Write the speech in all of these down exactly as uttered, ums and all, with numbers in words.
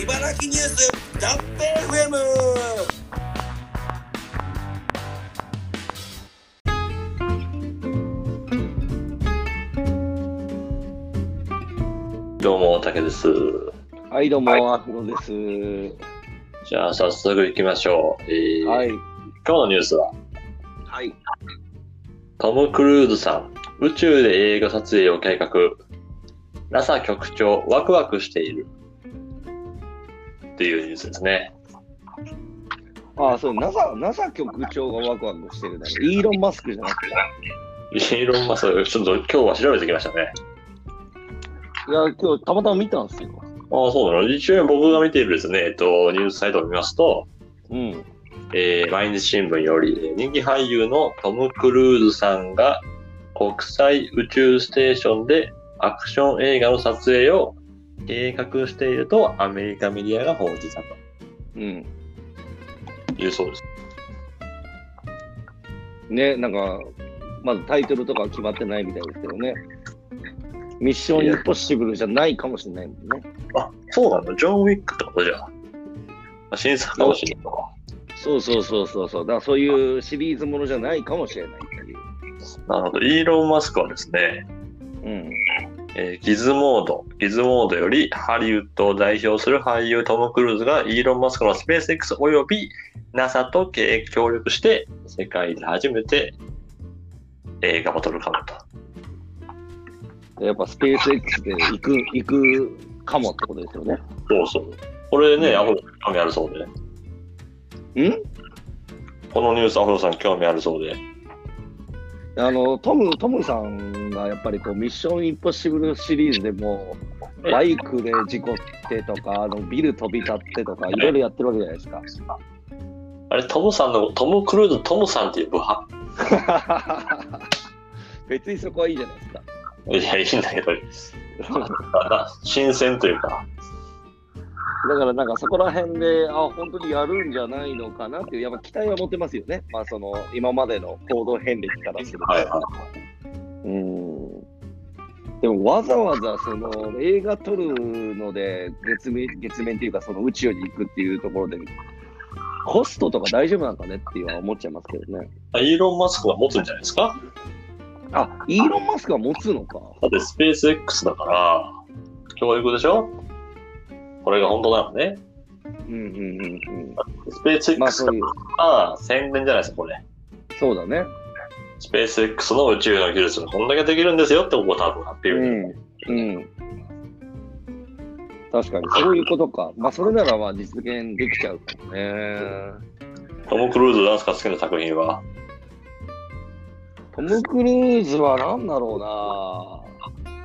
茨城ニュースキャンペーン エフエム。 どうも、たけです。 はいどうも、はい、アフロです。 じゃあ早速行きましょう。えーはい、 今日のニュースは、 はい、 トム・クルーズさん宇宙で映画撮影を計画、 ナサ 局長ワクワクしているっていうニュースですね。 ああ、そう、NASA、NASA 局長がワクワクしてるだろ。イーロン・マスクじゃなくて。 イーロン・マスク、ちょっと今日は調べてきましたね。 いや、今日たまたま見たんですよ。 ああ、そうなの。一応僕が見ているですね、えっと、ニュースサイトを見ますと、 うん。 えー、毎日新聞より、人気俳優のトム・クルーズさんが国際宇宙ステーションでアクション映画の撮影を計画しているとアメリカメディアが報じたと。 うん。 いうそうです。 ね、なんか、まずタイトルとかは決まってないみたいですけどね。ミッションインポッシブルじゃないかもしれないもんね。 あ、そうなんだ。ジョン・ウィックってことじゃ。新作かもしれないのか。 そうそうそうそうそう。だからそういうシリーズものじゃないかもしれないっていう。 なるほど。イーロン・マスクはですね、 うん。 えー、ギズモード、ギズモードよりハリウッドを代表する俳優トム・クルーズがイーロン・マスクのスペース X および ナサ と協力して世界で初めて映画を撮るかもと。やっぱスペース X で行く、行くかもってことですよね。 そうそう。これね、アフロさん興味あるそうで。 ん？ このニュースアフロさん興味あるそうで。 あのトム、トムさんがやっぱりこうミッションインポッシブルシリーズでもバイクで事故ってとか、あのビル飛び立ってとかいろいろやってるわけじゃないですか。 あれ、トムさんの、トム・クルーズトムさんっていう部派別にそこはいいじゃないですか。 いや、いいんだけど、新鮮というか。 だからなんかそこら辺で、あ、本当にやるんじゃないのかなっていう、やっぱ期待は持てますよね。まあその、今までの行動遍歴からすると。はいはい、うん。でもわざわざその映画撮るので月面、月面っていうかその宇宙に行くっていうところで、コストとか大丈夫なのかねっていうのは思っちゃいますけどね。 イーロン・マスクが持つんじゃないですか？ あ、イーロン・マスクが持つのか。 だってスペース X だから、教育でしょ？これが本当なのね。 うんうんうんうん。 スペース X が、まあ、宣伝じゃないですか、これ。 そうだね。 スペース X の宇宙の技術がこんだけできるんですよってここ多分発表。 うん。うん。確かに、そういうことか。まあ、それならまあ実現できちゃうかもね。 トム・クルーズなんですか、好きな作品は。 トム・クルーズは何だろうな。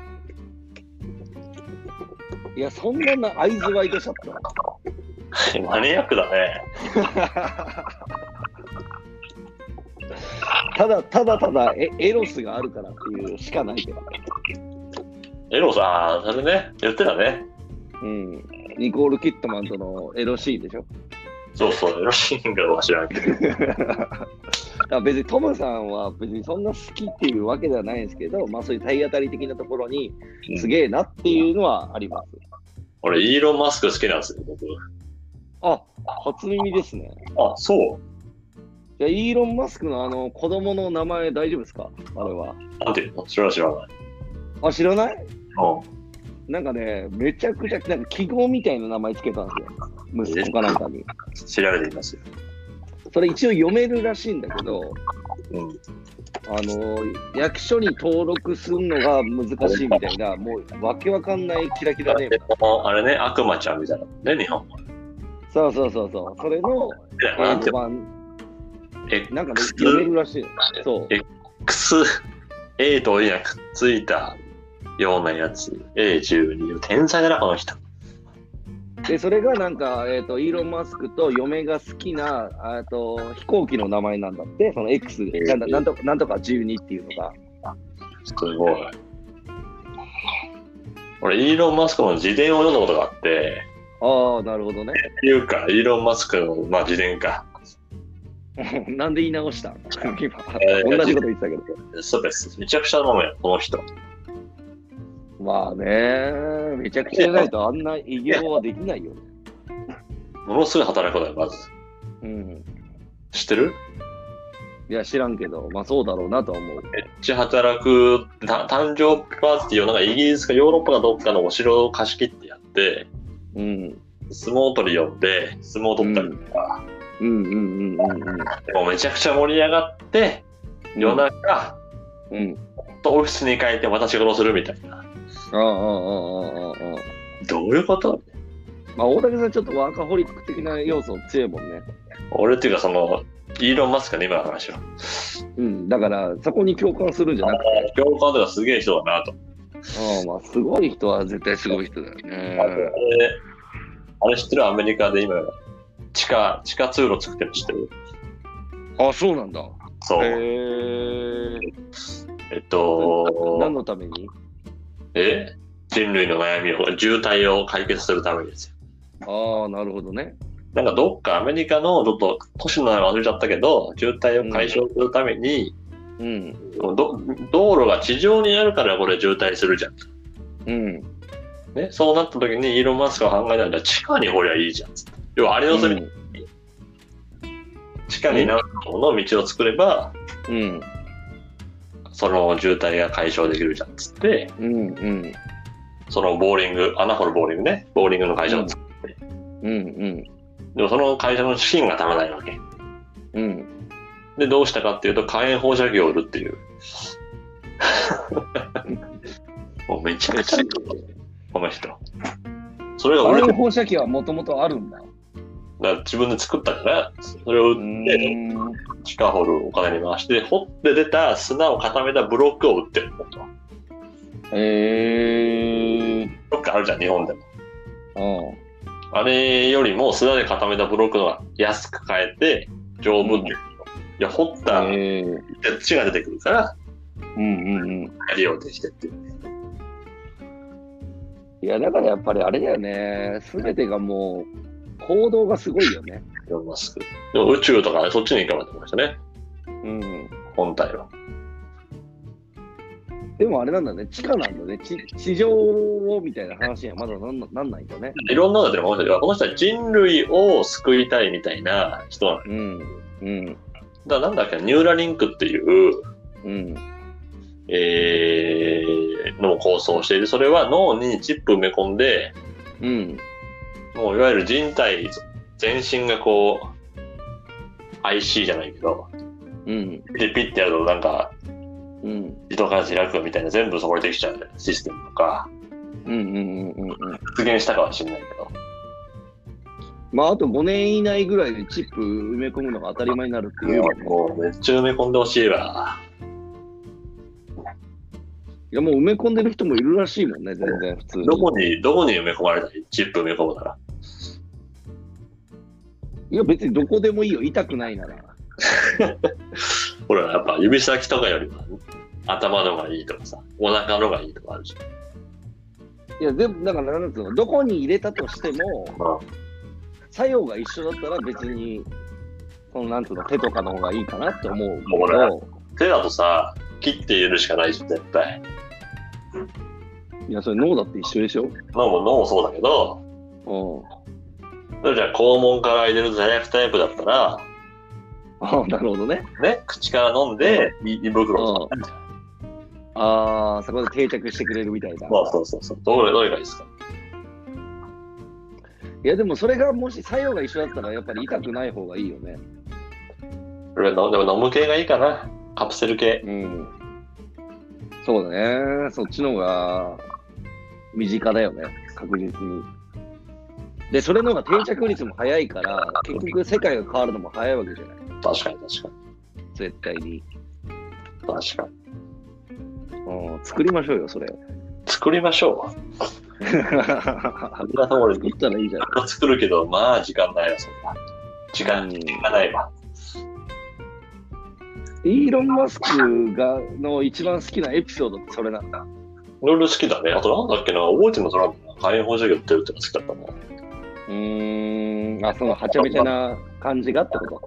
いや、そんなな、アイズワイドシャット。 マニアックだね。 ただ、ただただエ、エロスがあるからっていうしかないけど。 エロさ、それね、言ってたね。 うん。ニコール・キットマンとのエロシーンでしょ。 そうそう、エロシーンかどうか知らんけど。 別にトムさんは別にそんな好きっていうわけではないんですけど、まあそういう体当たり的なところにすげえなっていうのはあります。うん、 俺、イーロン・マスク好きなんですよ、僕。 あ、初耳ですね。 あ、そう。 じゃあ、イーロン・マスクのあの子供の名前大丈夫ですか？あれは。 なんていうの？知らない、知らない。 あ、知らない？ うん。 なんかね、めちゃくちゃ、なんか記号みたいな名前つけたんですよ。息子かなんかに。 調べてみますよ。 それ一応読めるらしいんだけど、 うん、 あの役所に登録するのが難しいみたいな、もうわけわかんないキラキラネーム。 あれね、悪魔ちゃんみたいなね、日本は。 そうそうそうそう。それの英語版、なんかね、読めるらしい。そう。 X、A と A がくっついたようなやつ。エーじゅうに。天才だな、この人。 で、それがなんか、えっと、イーロン・マスクと嫁が好きな、あと、飛行機の名前なんだって、その X で、なんなんとか、なんとかじゅうにっていうのが。 すごい。俺、イーロン・マスクの自伝を読んだことがあって。 ああ、なるほどね。 っていうか、イーロン・マスクの、まあ、自伝か。 なんで言い直した今、えー、同じこと言ってたけど。 そうです。めちゃくちゃなのよ、この人。 まあね、めちゃくちゃじゃないとあんな偉業はできないよね。 ものすごい働くのよ、まず。 うん。 知ってる？ いや、知らんけど、まあそうだろうなとは思う。 めっちゃ働く、た誕生日パーティーをなんかイギリスかヨーロッパかどっかのお城を貸し切ってやって、 うん。 相撲取り呼んで、相撲取ったりとか、 うんうんうんうんうん。 でもめちゃくちゃ盛り上がって、夜中、 うん。 とオフィスに帰って私がどうするみたいな。 ああ、ああ、ああ、ああ。 どういうこと？ まあ、大竹さんちょっとワーカホリック的な要素強いもんね。 俺っていうかその、イーロン・マスクね、今の話は。 うん。だから、そこに共感するんじゃなくて。 共感とかすげえ人だなと。 ああ、まあ、すごい人は絶対すごい人だよね。 あれ、あれ知ってる？アメリカで今、地下、地下通路作ってるの知ってる？ あ、そうなんだ。 そう。 へえ。 えっと、 何のために？ え人類の悩みを、渋滞を解決するためにですよ。ああ、なるほどね。 なんかどっかアメリカのちょっと都市の名前忘れちゃったけど、渋滞を解消するために、 うん、 ど道路が地上にあるからこれ渋滞するじゃん。 うん。 ね、そうなった時にイーロン・マスクが考えたのは地下に掘りゃいいじゃん。要はあれの隅に、うん、地下に何個の道を作れば、 うん、 その渋滞が解消できるじゃんっつって、 うんうん、 そのボーリング、穴掘るボーリングね、ボーリングの会社を作って、 うんうん、 でもその会社の資金が足らないわけ。 うん、 で、どうしたかっていうと、火炎放射器を売るっていう。もうめちゃくちゃこの人。それが火炎放射器はもともとあるんだ。 だから自分で作ったから、それを売って、地下掘るお金に回して、掘って出た砂を固めたブロックを売ってる、本当は。 へー。 ブロックあるじゃん、日本でも。 うん。 あれよりも砂で固めたブロックのが安く買えて、丈夫っていう。いや、掘った土が出てくるから、 うんうんうん。 利用できてっていう。 いや、だからやっぱりあれだよね。すべてがもう、行動がすごいよね。 イーロンマスク。でも宇宙とか、ね、そっちに行かなかったましたね。 うん。 本体は。 でもあれなんだね。地下なんだね。地地上をみたいな話にはまだなんなんないんだね。 いろんなのでも、この人は人類を救いたいみたいな人なの。 うん。うん。 だからなんだっけ、ニューラリンクっていう、 うん。 えー、のを構想している。それは脳にチップ埋め込んで、 うん。 もういわゆる人体全身がこう、アイシー じゃないけど、 うん。 ピッピッてやるとなんか、 うん。 自動から開くみたいな全部そこでできちゃうシステムとか、 うんうんうんうんうん。 実現したかもしれないけど。 まああとごねん以内ぐらいでチップ埋め込むのが当たり前になるっていうもんね。 もうめっちゃ埋め込んでほしいわ。 いやもう埋め込んでる人もいるらしいもんね、全然普通に。 どこに、どこに埋め込まれたい？チップ埋め込むなら。 いや別にどこでもいいよ、痛くないなら。 ほら、やっぱ指先とかよりは、頭のがいいとかさ、お腹のがいいとかあるじゃん。 いや、でも、だからなんつうの、どこに入れたとしても、 まあ、 作用が一緒だったら別に、そのなんつうの、手とかの方がいいかなって思うけほらど。 手だとさ、切って入れるしかないじゃん、絶対。 いや、それ脳だって一緒でしょ？ 脳も脳もそうだけど、 うん。 それじゃあ肛門から入れる座薬タイプだったら、 ああ、なるほどね。 ね、口から飲んで、胃袋を使ったじゃん。 ああ、そこで定着してくれるみたいな。 そうそうそうそう。どれ、どれがいいですか？ いや、でもそれがもし作用が一緒だったら、やっぱり痛くない方がいいよね。 これ、でも飲む系がいいかな。カプセル系。 うん。そうだね。そっちの方が身近だよね。確実に。で、それの方が定着率も早いから、結局世界が変わるのも早いわけじゃない。 確かに確かに。 絶対に。 確かに。 うん、作りましょうよ、それ。 作りましょう。あんなところ作ったらいいじゃん。 作るけど、まあ時間ないわ、そんな。時間がないわ。 イーロン・マスクがの一番好きなエピソードってそれなんだ。 いろいろ好きだね。あとなんだっけな、覚えてるのそれは火炎放射器売ってるっての好きだったな。 うーん、あ、そのはちゃめちゃな感じがってこと？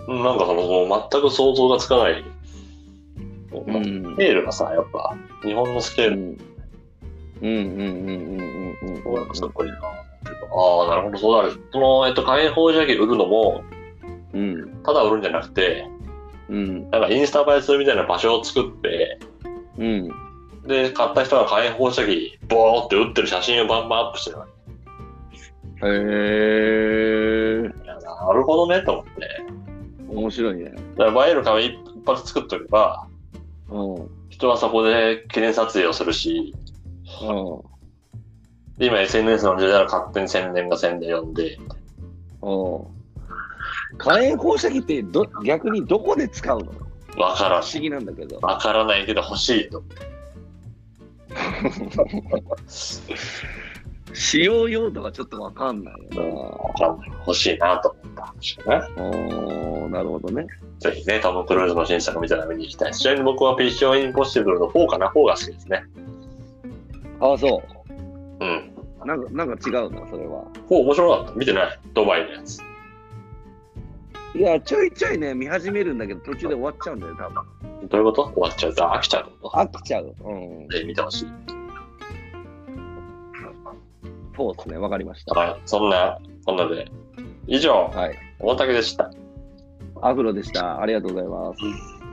なんかその、全く想像がつかない。 うん、 スケールがさ、やっぱ、日本のスケール。 うん、うん、うん、うん、うん、うん。 そうなんかすごいなっていうのああ、なるほど、そうなる。その、えっと、火炎放射器売るのも、 うん。 ただ売るんじゃなくて、 うん。 なんかインスタ映えするみたいな場所を作って、 うん。 で、買った人が火炎放射器、ボーって打ってる写真をバンバンアップしてるわけ。 へー。 いや、なるほどね、と思って。 面白いね。 だから映える紙一発作っとけば、 うん。 人はそこで記念撮影をするし、 うん。 今 エスエヌエス の時代は勝手に宣伝が宣伝呼んで、 うん。火炎放射器ってど逆にどこで使うの？ わからん。 不思議なんだけど。 わからないけど欲しいと。 使用用途がちょっとわかんないよわかんない。欲しいなと思った話かな。 な。おー、なるほどね。 ぜひね、トム・クルーズの新作見たら見に行きたい。ちなみに僕はピッション・インポッシブルのフォーかな ?フォー が好きですね。 ああ、そうん。 う。なんか、なんか違うな、それは。 フォー面白かった。見てないドバイのやつ。 いや、ちょいちょいね、見始めるんだけど、途中で終わっちゃうんだよ、多分。 どういうこと終わっちゃうと飽きちゃうってこ飽きちゃう。うん。 とで、見てほしい。 そうですね、わかりました。 はい。そんな、こんなで。以上、 はい。 大竹でした。 アフロでした。ありがとうございます。